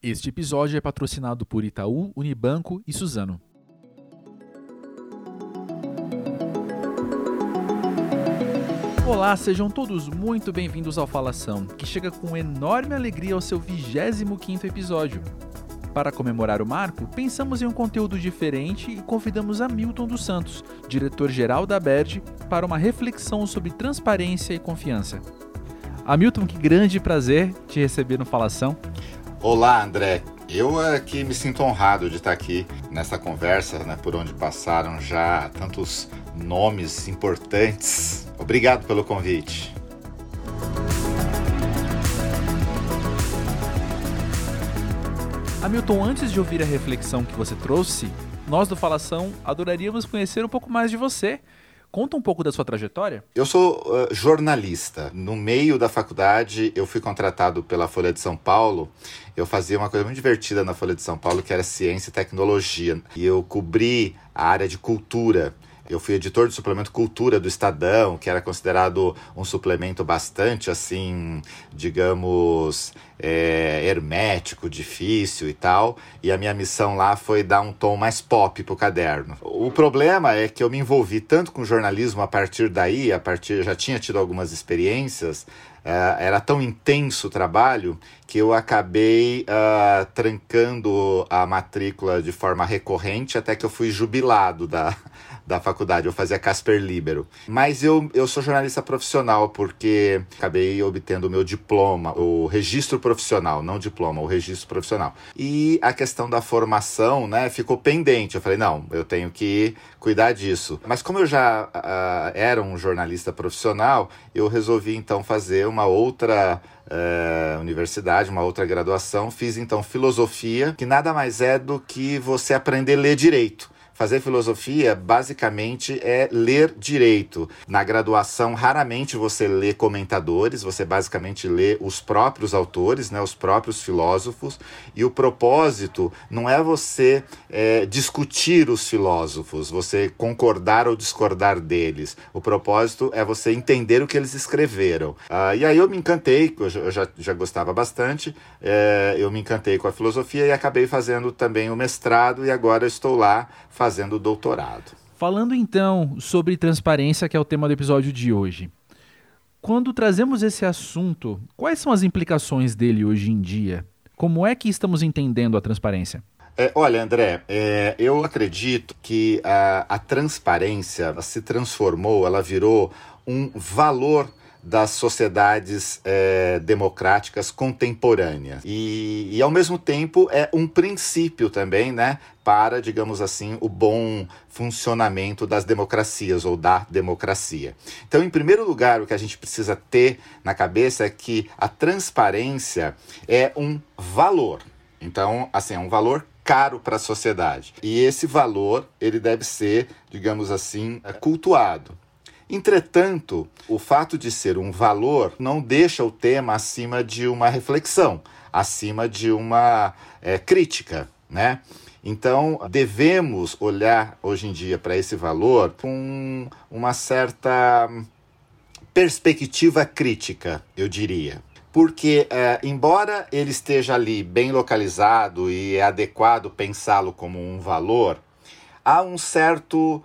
Este episódio é patrocinado por Itaú, Unibanco e Suzano. Olá, sejam todos muito bem-vindos ao Falação, que chega com enorme alegria ao seu 25º episódio. Para comemorar o marco, pensamos em um conteúdo diferente e convidamos Hamilton dos Santos, diretor-geral da Aberj, para uma reflexão sobre transparência e confiança. Hamilton, que grande prazer te receber no Falação. Olá, André. Eu aqui me sinto honrado de estar aqui nessa conversa, por onde passaram já tantos nomes importantes. Obrigado pelo convite. Hamilton, antes de ouvir a reflexão que você trouxe, nós do Falação adoraríamos conhecer um pouco mais de você. Conta um pouco da sua trajetória. Eu sou jornalista. No meio da faculdade, eu fui contratado pela Folha de São Paulo. Eu fazia uma coisa muito divertida na Folha de São Paulo, que era ciência e tecnologia. E eu cobri a área de cultura. Eu fui editor do suplemento Cultura do Estadão, que era considerado um suplemento bastante, digamos, hermético, difícil e tal. E a minha missão lá foi dar um tom mais pop pro caderno. O problema é que eu me envolvi tanto com jornalismo a partir daí, já tinha tido algumas experiências, era tão intenso o trabalho que eu acabei trancando a matrícula de forma recorrente até que eu fui jubilado da faculdade. Eu fazia Casper Libero. Mas eu sou jornalista profissional porque acabei obtendo o meu diploma, o registro profissional, não diploma, o registro profissional. E a questão da formação, ficou pendente. Eu falei, não, eu tenho que cuidar disso. Mas como eu já era um jornalista profissional, eu resolvi então fazer uma outra universidade, uma outra graduação. Fiz então filosofia, que nada mais é do que você aprender a ler direito. Fazer filosofia, basicamente, é ler direito. Na graduação, raramente você lê comentadores, você basicamente lê os próprios autores, os próprios filósofos, e o propósito não é você discutir os filósofos, você concordar ou discordar deles. O propósito é você entender o que eles escreveram. E aí eu me encantei, eu já gostava bastante, eu me encantei com a filosofia e acabei fazendo também o mestrado, e agora eu estou lá fazendo o doutorado. Falando então sobre transparência, que é o tema do episódio de hoje. Quando trazemos esse assunto, quais são as implicações dele hoje em dia? Como é que estamos entendendo a transparência? Olha, André, eu acredito que a transparência se transformou, ela virou um valor das sociedades democráticas contemporâneas. E, ao mesmo tempo, é um princípio também, para, digamos assim, o bom funcionamento das democracias ou da democracia. Então, em primeiro lugar, o que a gente precisa ter na cabeça é que a transparência é um valor. Então, é um valor caro para a sociedade. E esse valor, ele deve ser, digamos assim, cultuado. Entretanto, o fato de ser um valor não deixa o tema acima de uma reflexão, acima de uma crítica, Então, devemos olhar hoje em dia para esse valor com uma certa perspectiva crítica, eu diria. Porque, embora ele esteja ali bem localizado e é adequado pensá-lo como um valor, há um certo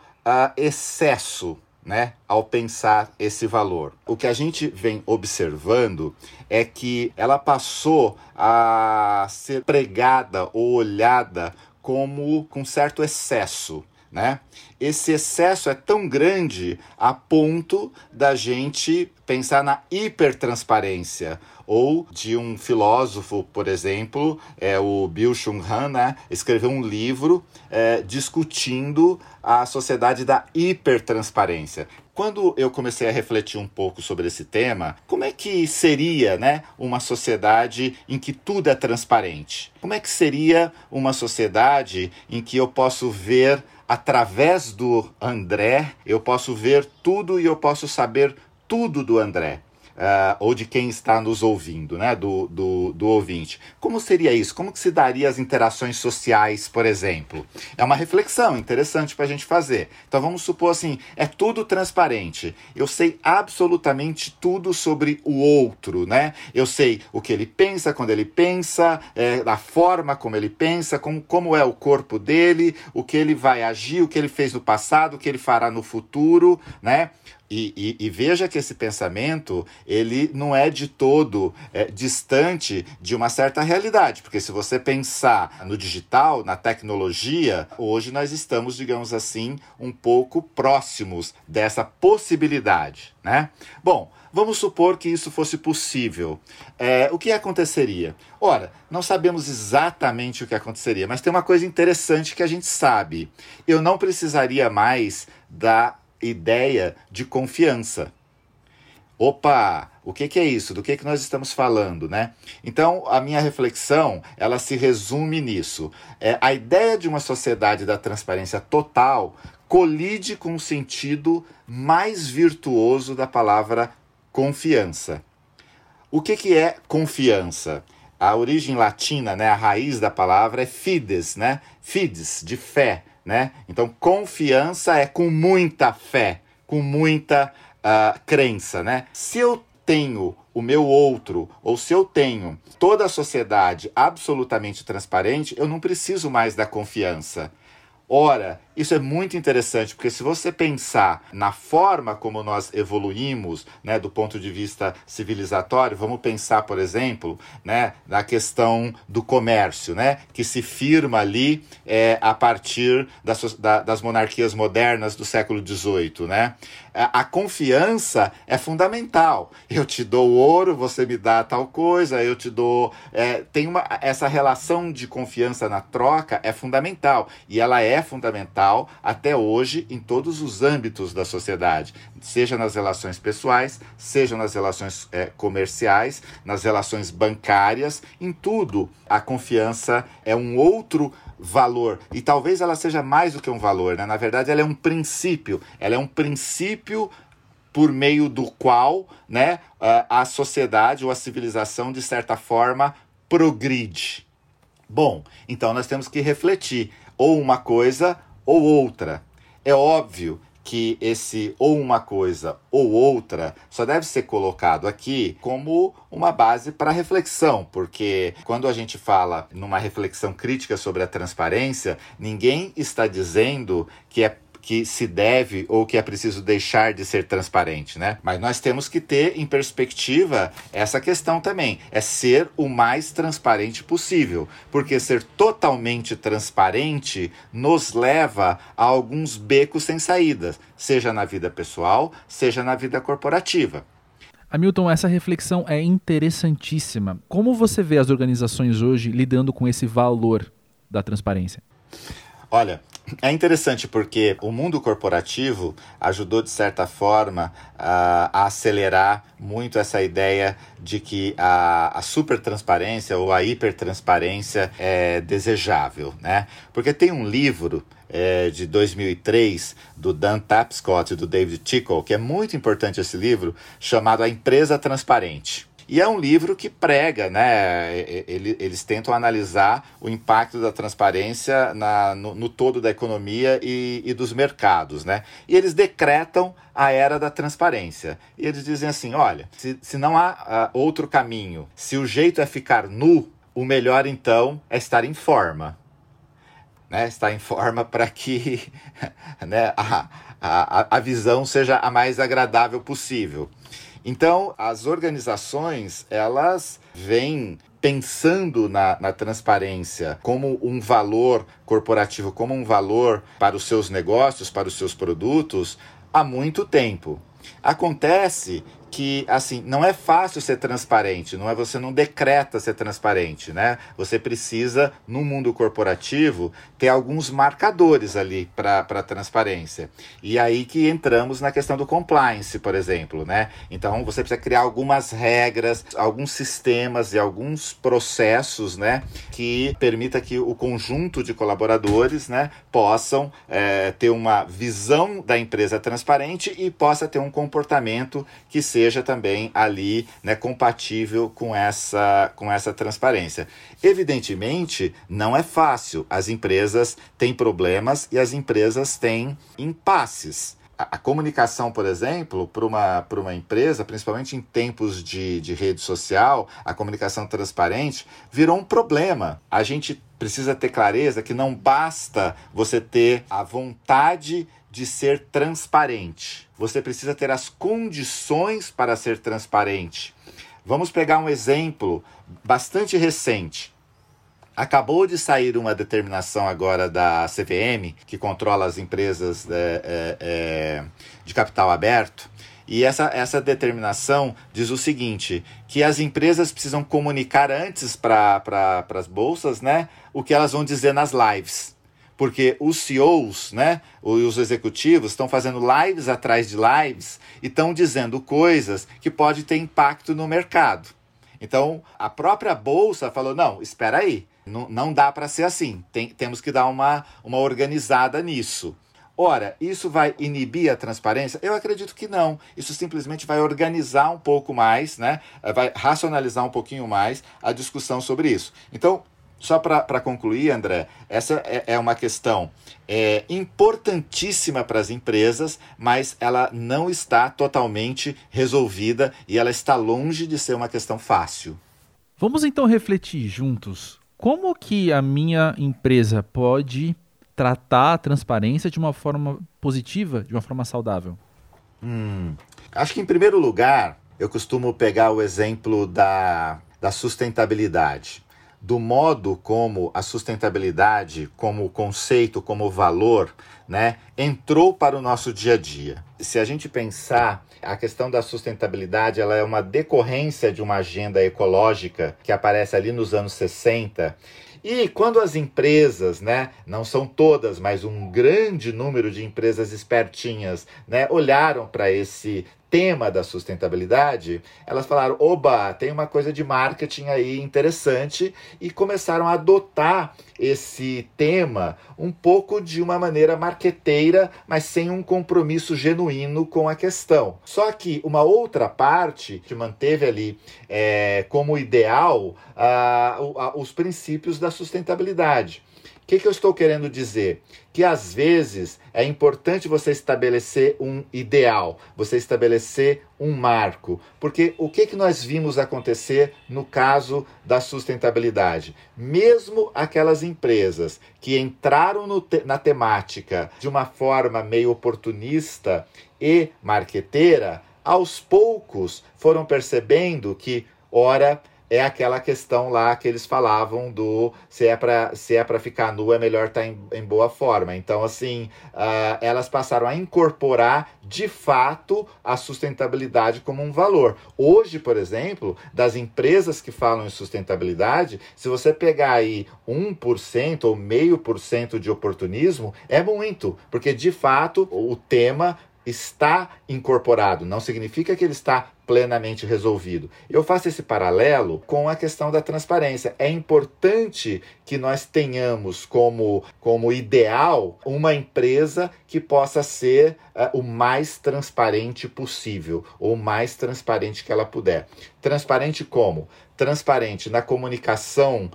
excesso ao pensar esse valor. O que a gente vem observando é que ela passou a ser pregada ou olhada como com certo excesso. Esse excesso é tão grande a ponto da gente pensar na hipertransparência, ou de um filósofo, por exemplo, o Byung-Chul Han, escreveu um livro discutindo a sociedade da hipertransparência. Quando eu comecei a refletir um pouco sobre esse tema, como é que seria uma sociedade em que tudo é transparente? Como é que seria uma sociedade em que eu posso ver, através do André, eu posso ver tudo e eu posso saber tudo do André? ou de quem está nos ouvindo, né? Do ouvinte. Como seria isso? Como que se daria as interações sociais, por exemplo? É uma reflexão interessante para a gente fazer. Então vamos supor assim, é tudo transparente. Eu sei absolutamente tudo sobre o outro, né? Eu sei o que ele pensa, quando ele pensa, a forma como ele pensa, como é o corpo dele, o que ele vai agir, o que ele fez no passado, o que ele fará no futuro, né? E veja que esse pensamento, ele não é de todo distante de uma certa realidade, porque se você pensar no digital, na tecnologia, hoje nós estamos, digamos assim, um pouco próximos dessa possibilidade, né? Bom, vamos supor que isso fosse possível. O que aconteceria? Ora, não sabemos exatamente o que aconteceria, mas tem uma coisa interessante que a gente sabe. Eu não precisaria mais da ideia de confiança. Opa, o que é isso? Do que nós estamos falando, né? Então, a minha reflexão, ela se resume nisso. A ideia de uma sociedade da transparência total colide com o sentido mais virtuoso da palavra confiança. O que é confiança? A origem latina, né, a raiz da palavra é fides, né? Fides, de fé, né? Então, confiança é com muita fé, com muita crença, né? Se eu tenho o meu outro, ou se eu tenho toda a sociedade absolutamente transparente, eu não preciso mais da confiança. Ora, isso é muito interessante, porque se você pensar na forma como nós evoluímos, né, do ponto de vista civilizatório, vamos pensar, por exemplo, né, na questão do comércio, né, que se firma ali a partir das monarquias modernas do século XVIII. Né? A confiança é fundamental. Eu te dou ouro, você me dá tal coisa, eu te dou... essa relação de confiança na troca é fundamental, e ela é fundamental até hoje em todos os âmbitos da sociedade, seja nas relações pessoais, seja nas relações comerciais, nas relações bancárias, em tudo a confiança é um outro valor, e talvez ela seja mais do que um valor, né? Na verdade ela é um princípio, por meio do qual, né, a sociedade ou a civilização, de certa forma, progride. Bom, então nós temos que refletir, ou uma coisa ou outra. É óbvio que esse ou uma coisa ou outra só deve ser colocado aqui como uma base para reflexão, porque quando a gente fala numa reflexão crítica sobre a transparência, ninguém está dizendo que se deve ou que é preciso deixar de ser transparente, né? Mas nós temos que ter em perspectiva essa questão também, é ser o mais transparente possível, porque ser totalmente transparente nos leva a alguns becos sem saída, seja na vida pessoal, seja na vida corporativa. Hamilton, essa reflexão é interessantíssima. Como você vê as organizações hoje lidando com esse valor da transparência? Olha, é interessante porque o mundo corporativo ajudou, de certa forma, a acelerar muito essa ideia de que a supertransparência ou a hipertransparência é desejável, né? Porque tem um livro de 2003 do Dan Tapscott e do David Tickle, que é muito importante esse livro, chamado A Empresa Transparente. E é um livro que prega, né? Eles tentam analisar o impacto da transparência no todo da economia e dos mercados, né? E eles decretam a era da transparência. E eles dizem assim, olha, se não há outro caminho, se o jeito é ficar nu, o melhor então é estar em forma. Né? Estar em forma para que né, a visão seja a mais agradável possível. Então, as organizações, elas vêm pensando na transparência como um valor corporativo, como um valor para os seus negócios, para os seus produtos, há muito tempo. Acontece que, assim, não é fácil ser transparente, você não decreta ser transparente, né? Você precisa, no mundo corporativo, ter alguns marcadores ali para a transparência. E aí que entramos na questão do compliance, por exemplo, né? Então, você precisa criar algumas regras, alguns sistemas e alguns processos, né? Que permita que o conjunto de colaboradores, né, possam ter uma visão da empresa transparente e possa ter um comportamento que seja esteja também ali, né, compatível com essa transparência. Evidentemente, não é fácil. As empresas têm problemas e as empresas têm impasses. A comunicação, por exemplo, para uma empresa, principalmente em tempos de rede social, a comunicação transparente virou um problema. A gente precisa ter clareza que não basta você ter a vontade de ser transparente. Você precisa ter as condições para ser transparente. Vamos pegar um exemplo bastante recente. Acabou de sair uma determinação agora da CVM, que controla as empresas de capital aberto, e essa determinação diz o seguinte, que as empresas precisam comunicar antes para as bolsas, né, o que elas vão dizer nas lives. Porque os CEOs, né, os executivos, estão fazendo lives atrás de lives e estão dizendo coisas que podem ter impacto no mercado. Então, a própria bolsa falou, não, espera aí. Não dá para ser assim, temos que dar uma organizada nisso. Ora, isso vai inibir a transparência? Eu acredito que não. Isso simplesmente vai organizar um pouco mais, né? Vai racionalizar um pouquinho mais a discussão sobre isso. Então, só para concluir, André, essa é uma questão importantíssima para as empresas, mas ela não está totalmente resolvida e ela está longe de ser uma questão fácil. Vamos então refletir juntos. Como que a minha empresa pode tratar a transparência de uma forma positiva, de uma forma saudável? Acho que, em primeiro lugar, eu costumo pegar o exemplo da sustentabilidade. Do modo como a sustentabilidade, como conceito, como valor, né, entrou para o nosso dia a dia. Se a gente pensar, a questão da sustentabilidade ela é uma decorrência de uma agenda ecológica que aparece ali nos anos 60. E quando as empresas, né, não são todas, mas um grande número de empresas espertinhas, né, olharam para esse tema da sustentabilidade, elas falaram, oba, tem uma coisa de marketing aí interessante, e começaram a adotar esse tema um pouco de uma maneira marqueteira, mas sem um compromisso genuíno com a questão. Só que uma outra parte que manteve ali como ideal os princípios da sustentabilidade. O que eu estou querendo dizer? Que às vezes é importante você estabelecer um ideal, você estabelecer um marco. Porque o que nós vimos acontecer no caso da sustentabilidade? Mesmo aquelas empresas que entraram na temática de uma forma meio oportunista e marqueteira, aos poucos foram percebendo que, ora, é aquela questão lá que eles falavam do se é para ficar nu, é melhor estar em boa forma. Então, assim, elas passaram a incorporar, de fato, a sustentabilidade como um valor. Hoje, por exemplo, das empresas que falam em sustentabilidade, se você pegar aí 1% ou 0,5% de oportunismo, é muito, porque, de fato, o tema está incorporado, não significa que ele está plenamente resolvido. Eu faço esse paralelo com a questão da transparência. É importante que nós tenhamos como ideal uma empresa que possa ser o mais transparente possível, ou o mais transparente que ela puder. Transparente como? Transparente na comunicação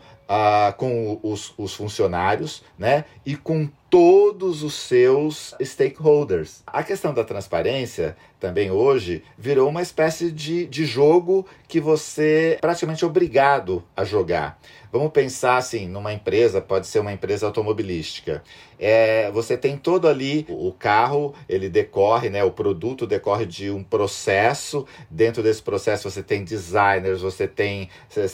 com os funcionários, né? E com todos os seus stakeholders. A questão da transparência também hoje virou uma espécie de jogo que você é praticamente obrigado a jogar. Vamos pensar assim, numa empresa, pode ser uma empresa automobilística. Você tem todo ali, o carro, ele decorre, né, o produto decorre de um processo. Dentro desse processo você tem designers, você tem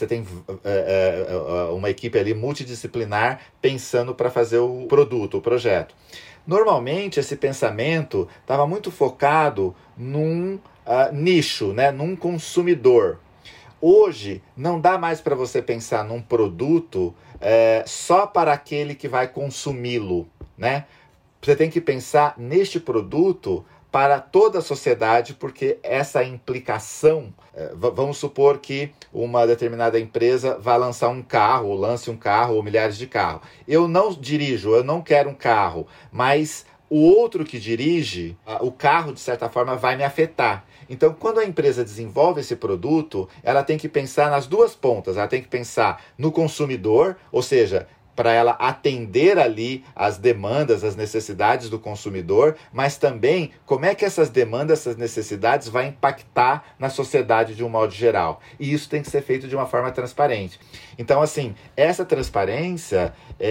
uma equipe ali multidisciplinar pensando para fazer o produto, o projeto. Normalmente esse pensamento estava muito focado num nicho, né, num consumidor. Hoje, não dá mais para você pensar num produto só para aquele que vai consumi-lo, né? Você tem que pensar neste produto para toda a sociedade, porque essa implicação, vamos supor que uma determinada empresa vai lançar um carro, ou lance um carro, ou milhares de carros. Eu não dirijo, eu não quero um carro, mas o outro que dirige o carro, de certa forma, vai me afetar. Então, quando a empresa desenvolve esse produto, ela tem que pensar nas duas pontas. Ela tem que pensar no consumidor, ou seja, para ela atender ali as demandas, as necessidades do consumidor, mas também como é que essas demandas, essas necessidades vai impactar na sociedade de um modo geral. E isso tem que ser feito de uma forma transparente. Então, assim, essa transparência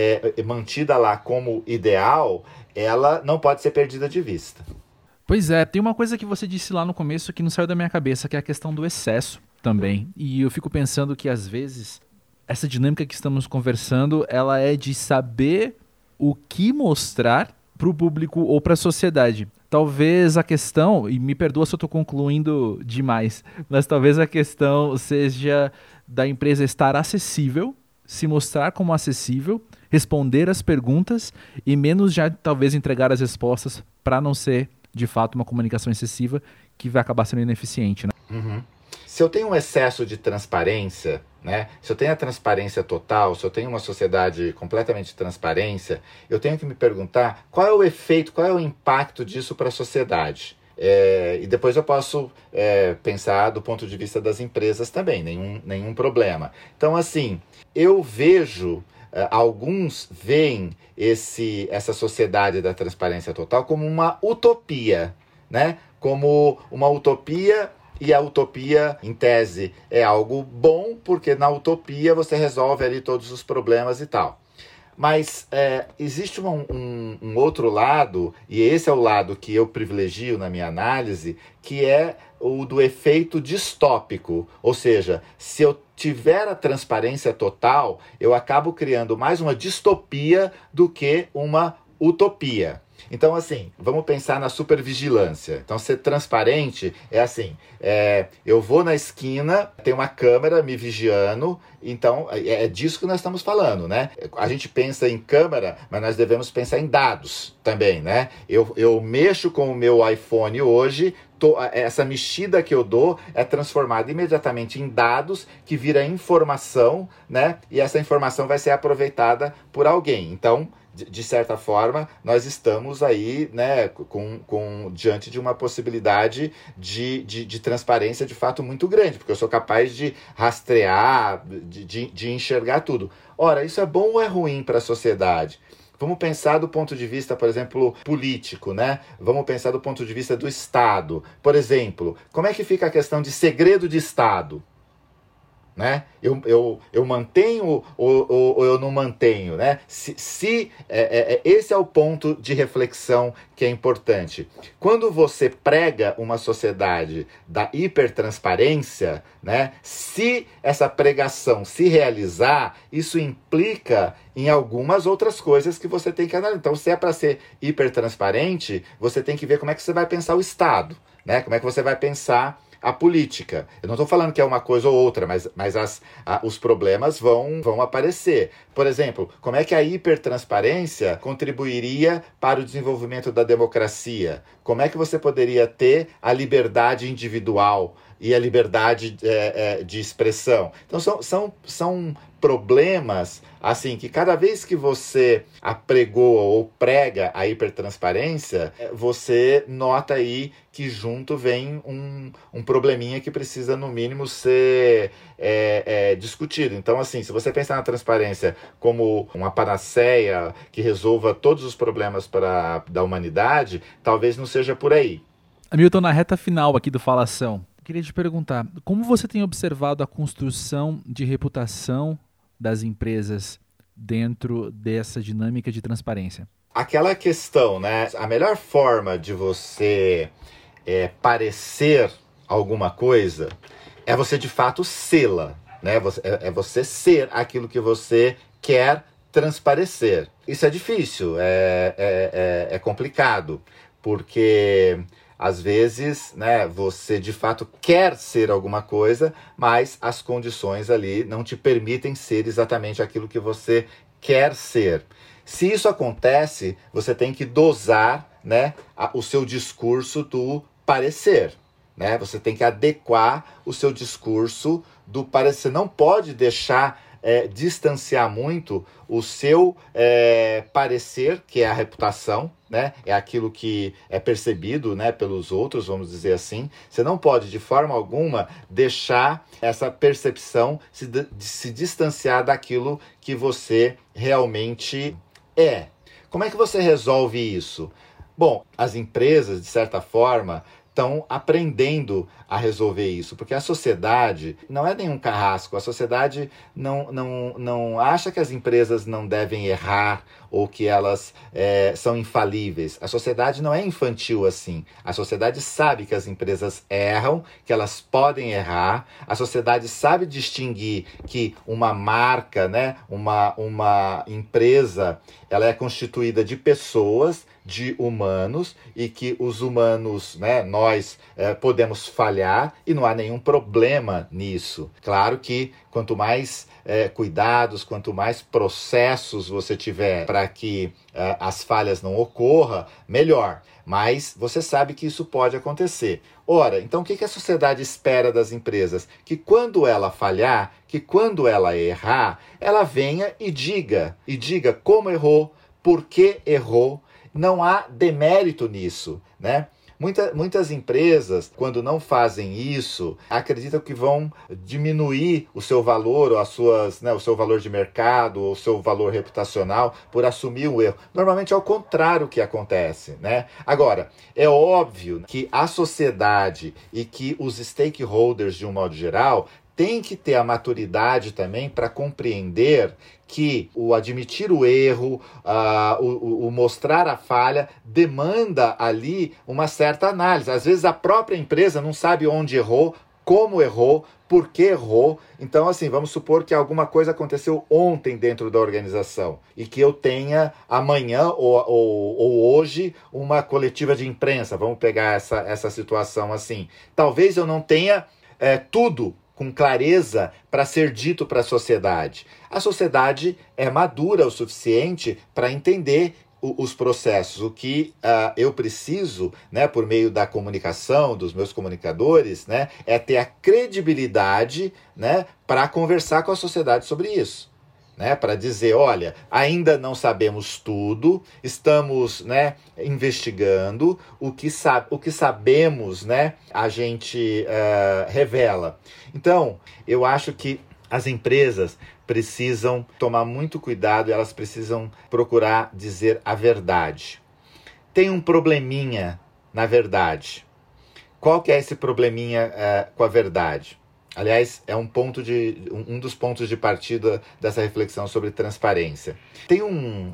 mantida lá como ideal, ela não pode ser perdida de vista. Pois é, tem uma coisa que você disse lá no começo que não saiu da minha cabeça, que é a questão do excesso também. E eu fico pensando que às vezes essa dinâmica que estamos conversando, ela é de saber o que mostrar para o público ou para a sociedade. Talvez a questão, e me perdoa se eu estou concluindo demais, mas talvez a questão seja da empresa estar acessível, se mostrar como acessível, responder as perguntas e menos já talvez entregar as respostas para não ser, de fato, uma comunicação excessiva que vai acabar sendo ineficiente, né? Uhum. Se eu tenho um excesso de transparência, né? Se eu tenho a transparência total, se eu tenho uma sociedade completamente de transparência, eu tenho que me perguntar qual é o efeito, qual é o impacto disso para a sociedade. E depois eu posso pensar do ponto de vista das empresas também, nenhum problema. Então, assim, eu vejo, alguns veem essa sociedade da transparência total como uma utopia, né? Como uma utopia. E a utopia, em tese, é algo bom, porque na utopia você resolve ali todos os problemas e tal. Mas existe um outro lado, e esse é o lado que eu privilegio na minha análise, que é o do efeito distópico. Ou seja, se eu tiver a transparência total, eu acabo criando mais uma distopia do que uma utopia. Então, assim, vamos pensar na supervigilância. Então, ser transparente é assim, eu vou na esquina, tem uma câmera me vigiando, então é disso que nós estamos falando, né? A gente pensa em câmera, mas nós devemos pensar em dados também, né? Eu mexo com o meu iPhone hoje, essa mexida que eu dou é transformada imediatamente em dados, que vira informação, né? E essa informação vai ser aproveitada por alguém. Então, de certa forma, nós estamos aí, né, diante de uma possibilidade de transparência de fato muito grande, porque eu sou capaz de rastrear, de enxergar tudo. Ora, isso é bom ou é ruim para a sociedade? Vamos pensar do ponto de vista, por exemplo, político, né? Vamos pensar do ponto de vista do Estado. Por exemplo, como é que fica a questão de segredo de Estado? Né? Eu mantenho ou eu não mantenho, né? Esse é o ponto de reflexão que é importante. Quando você prega uma sociedade da hipertransparência, né? Se essa pregação se realizar, isso implica em algumas outras coisas que você tem que analisar. Então, se é para ser hipertransparente, você tem que ver como é que você vai pensar o Estado, né? Como é que você vai pensar a política. Eu não estou falando que é uma coisa ou outra, mas os problemas vão aparecer. Por exemplo, como é que a hipertransparência contribuiria para o desenvolvimento da democracia? Como é que você poderia ter a liberdade individual e a liberdade de expressão? Então, são problemas assim que cada vez que você apregoa ou prega a hipertransparência, você nota aí que junto vem um probleminha que precisa, no mínimo, ser discutido. Então, assim, se você pensar na transparência como uma panaceia que resolva todos os problemas da humanidade, talvez não seja por aí. Hamilton, na reta final aqui do Falação, queria te perguntar, como você tem observado a construção de reputação das empresas dentro dessa dinâmica de transparência? Aquela questão, né? A melhor forma de você parecer alguma coisa é você de fato sê-la, né? É você ser aquilo que você quer transparecer. Isso é difícil, é complicado, porque às vezes, né, você de fato quer ser alguma coisa, mas as condições ali não te permitem ser exatamente aquilo que você quer ser. Se isso acontece, você tem que dosar, né, o seu discurso do parecer, né? Você tem que adequar o seu discurso do parecer. Não pode deixar distanciar muito o seu parecer, que é a reputação, né? É aquilo que é percebido, né, pelos outros, vamos dizer assim. Você não pode, de forma alguma, deixar essa percepção se distanciar daquilo que você realmente é. Como é que você resolve isso? Bom, as empresas, de certa forma, estão aprendendo a resolver isso, porque a sociedade não é nenhum carrasco, a sociedade não acha que as empresas não devem errar ou que elas são infalíveis. A sociedade não é infantil assim. A sociedade sabe que as empresas erram, que elas podem errar. A sociedade sabe distinguir que uma marca, né, uma empresa, ela é constituída de pessoas, de humanos, e que os humanos, né, nós podemos falhar e não há nenhum problema nisso. Claro que quanto mais cuidados, quanto mais processos você tiver para que as falhas não ocorram, melhor. Mas você sabe que isso pode acontecer. Ora, então o que a sociedade espera das empresas? Que quando ela falhar, que quando ela errar, ela venha e diga como errou, por que errou. Não há demérito nisso, né? Muitas empresas, quando não fazem isso, acreditam que vão diminuir o seu valor, ou o seu valor de mercado, ou o seu valor reputacional, por assumir o erro. Normalmente é o contrário que acontece, né? Agora, é óbvio que a sociedade e que os stakeholders, de um modo geral, tem que ter a maturidade também para compreender que o admitir o erro, o mostrar a falha, demanda ali uma certa análise. Às vezes a própria empresa não sabe onde errou, como errou, por que errou. Então, assim, vamos supor que alguma coisa aconteceu ontem dentro da organização e que eu tenha amanhã ou hoje uma coletiva de imprensa. Vamos pegar essa situação assim. Talvez eu não tenha tudo com clareza para ser dito para a sociedade. A sociedade é madura o suficiente para entender os processos. O que eu preciso, né, por meio da comunicação, dos meus comunicadores, né, é ter a credibilidade, né, para conversar com a sociedade sobre isso. Né, para dizer, olha, ainda não sabemos tudo, estamos, né, investigando, o que sabemos, né, a gente revela. Então, eu acho que as empresas precisam tomar muito cuidado, elas precisam procurar dizer a verdade. Tem um probleminha na verdade. Qual que é esse probleminha com a verdade? Aliás, é um dos pontos de partida dessa reflexão sobre transparência. Tem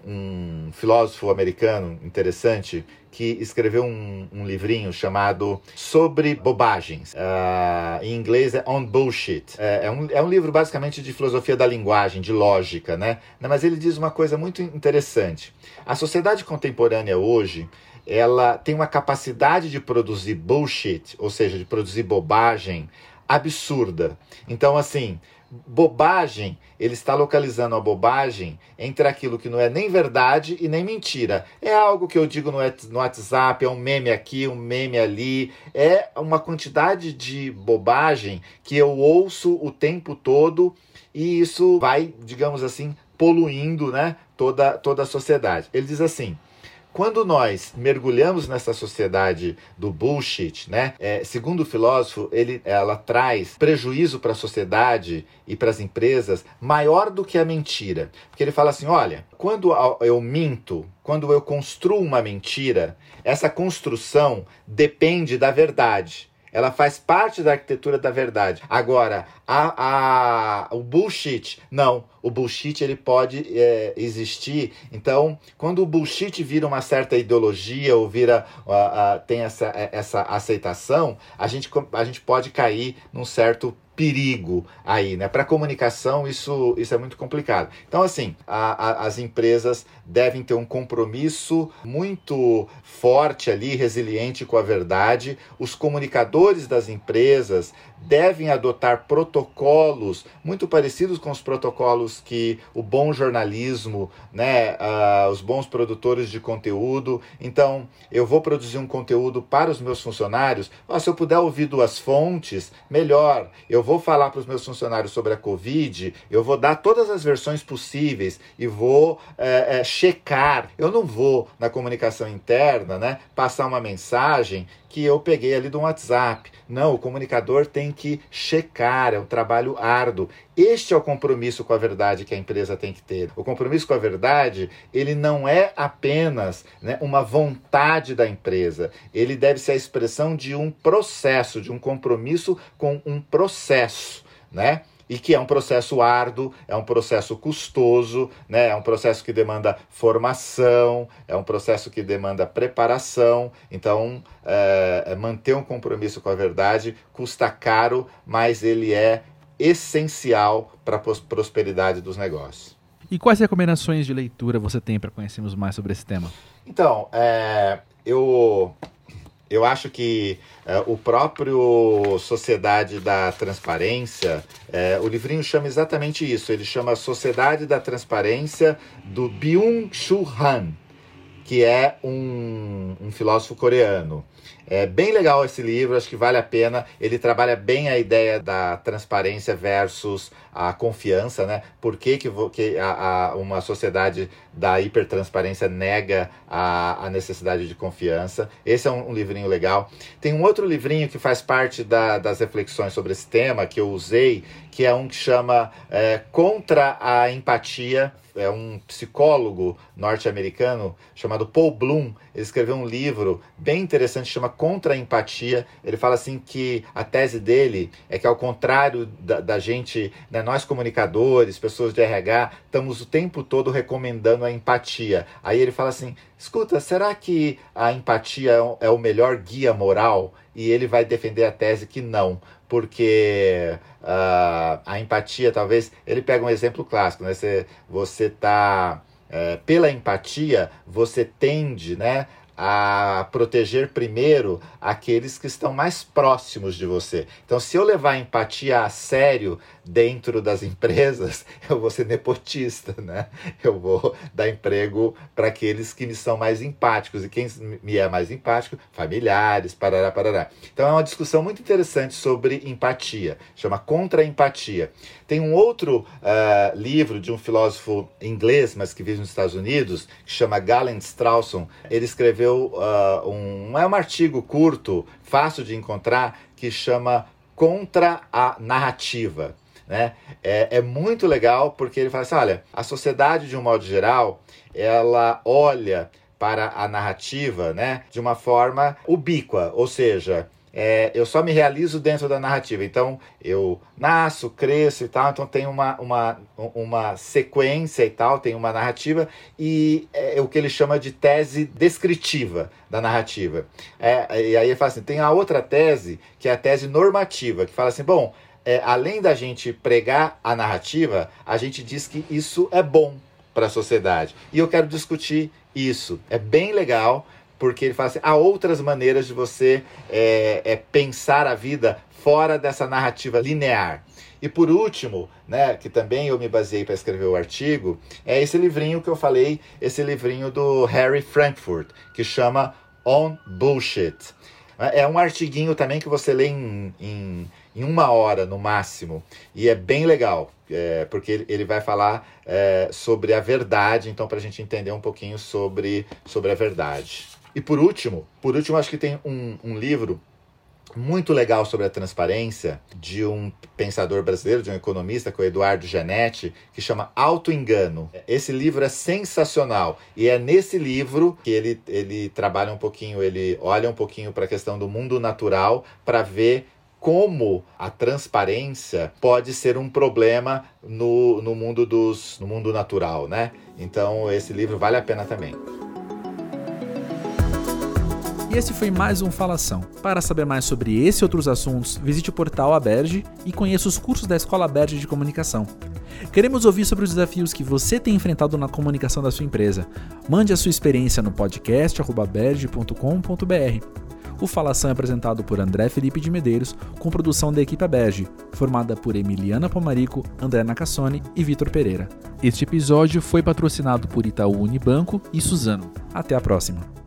um filósofo americano interessante que escreveu um livrinho chamado Sobre Bobagens. Em inglês é On Bullshit. É um livro basicamente de filosofia da linguagem, de lógica, né? Mas ele diz uma coisa muito interessante. A sociedade contemporânea hoje, ela tem uma capacidade de produzir bullshit, ou seja, de produzir bobagem, absurda. Então, assim, bobagem, ele está localizando a bobagem entre aquilo que não é nem verdade e nem mentira. É algo que eu digo no WhatsApp, é um meme aqui, um meme ali, é uma quantidade de bobagem que eu ouço o tempo todo e isso vai, digamos assim, poluindo, né, toda a sociedade. Ele diz assim: quando nós mergulhamos nessa sociedade do bullshit, né? Segundo o filósofo, ela traz prejuízo para a sociedade e para as empresas maior do que a mentira. Porque ele fala assim, olha, quando eu minto, quando eu construo uma mentira, essa construção depende da verdade. Ela faz parte da arquitetura da verdade. Agora, o bullshit, não. O bullshit ele pode existir. Então, quando o bullshit vira uma certa ideologia ou tem essa aceitação, a gente pode cair num certo perigo aí, né? Para a comunicação isso é muito complicado. Então, assim, as empresas devem ter um compromisso muito forte ali, resiliente com a verdade. Os comunicadores das empresas devem adotar protocolos muito parecidos com os protocolos que o bom jornalismo, né, os bons produtores de conteúdo. Então, eu vou produzir um conteúdo para os meus funcionários. Se eu puder ouvir 2 fontes, melhor. Eu vou falar para os meus funcionários sobre a Covid, eu vou dar todas as versões possíveis e vou checar. Eu não vou, na comunicação interna, né, passar uma mensagem que eu peguei ali do WhatsApp. Não, o comunicador tem que checar, é um trabalho árduo. Este é o compromisso com a verdade que a empresa tem que ter. O compromisso com a verdade, ele não é apenas, né, uma vontade da empresa. Ele deve ser a expressão de um processo, de um compromisso com um processo, né? E que é um processo árduo, é um processo custoso, né? É um processo que demanda formação, é um processo que demanda preparação. Então, manter um compromisso com a verdade custa caro, mas ele é essencial para a prosperidade dos negócios. E quais recomendações de leitura você tem para conhecermos mais sobre esse tema? Então, eu acho que o próprio Sociedade da Transparência, o livrinho chama exatamente isso. Ele chama Sociedade da Transparência, do Byung-Chul Han, que é um filósofo coreano. É bem legal esse livro, acho que vale a pena. Ele trabalha bem a ideia da transparência versus a confiança, né? Por que uma sociedade da hipertransparência nega a necessidade de confiança? Esse é um livrinho legal. Tem um outro livrinho que faz parte das reflexões sobre esse tema, que eu usei, que é um que chama Contra a Empatia. É um psicólogo norte-americano chamado Paul Bloom. Ele escreveu um livro bem interessante, chama Contra a Empatia. Ele fala assim que a tese dele é que, ao contrário da gente, né, nós comunicadores, pessoas de RH, estamos o tempo todo recomendando a empatia. Aí ele fala assim, escuta, será que a empatia é o melhor guia moral? E ele vai defender a tese que não, porque a empatia, talvez, ele pega um exemplo clássico, né? Você está, pela empatia, você tende, né, a proteger primeiro aqueles que estão mais próximos de você. Então, se eu levar a empatia a sério dentro das empresas, eu vou ser nepotista, né? Eu vou dar emprego para aqueles que me são mais empáticos. E quem me é mais empático? Familiares, parará, parará. Então, é uma discussão muito interessante sobre empatia. Chama Contra a Empatia. Tem um outro livro de um filósofo inglês, mas que vive nos Estados Unidos, que chama Galen Strawson. Ele escreveu um artigo curto, fácil de encontrar, que chama Contra a Narrativa. Né? É muito legal porque ele fala assim, olha, a sociedade, de um modo geral, ela olha para a narrativa, né, de uma forma ubíqua, ou seja, eu só me realizo dentro da narrativa. Então, eu nasço, cresço e tal, então tem uma sequência e tal, tem uma narrativa, e é o que ele chama de tese descritiva da narrativa. E aí ele fala assim, tem a outra tese, que é a tese normativa, que fala assim, bom, além da gente pregar a narrativa, a gente diz que isso é bom para a sociedade. E eu quero discutir isso. É bem legal, porque ele fala assim, há outras maneiras de você pensar a vida fora dessa narrativa linear. E por último, né, que também eu me baseei para escrever o artigo, é esse livrinho que eu falei, esse livrinho do Harry Frankfurt, que chama On Bullshit. É um artiguinho também que você lê em 1 hora no máximo, e é bem legal, porque ele vai falar sobre a verdade, então, para a gente entender um pouquinho sobre a verdade. E por último, acho que tem um livro muito legal sobre a transparência, de um pensador brasileiro, de um economista, que é o Eduardo Gianetti, que chama Auto-Engano. Esse livro é sensacional, e é nesse livro que ele trabalha um pouquinho, ele olha um pouquinho para a questão do mundo natural, para ver como a transparência pode ser um problema no mundo natural, né? Então, esse livro vale a pena também. E esse foi mais um Falação. Para saber mais sobre esse e outros assuntos, visite o portal Aberj e conheça os cursos da Escola Aberj de Comunicação. Queremos ouvir sobre os desafios que você tem enfrentado na comunicação da sua empresa. Mande a sua experiência no podcast @aberj.com.br. O Falação é apresentado por André Felipe de Medeiros, com produção da equipe Bege, formada por Emiliana Pomarico, André Nacassone e Vitor Pereira. Este episódio foi patrocinado por Itaú Unibanco e Suzano. Até a próxima!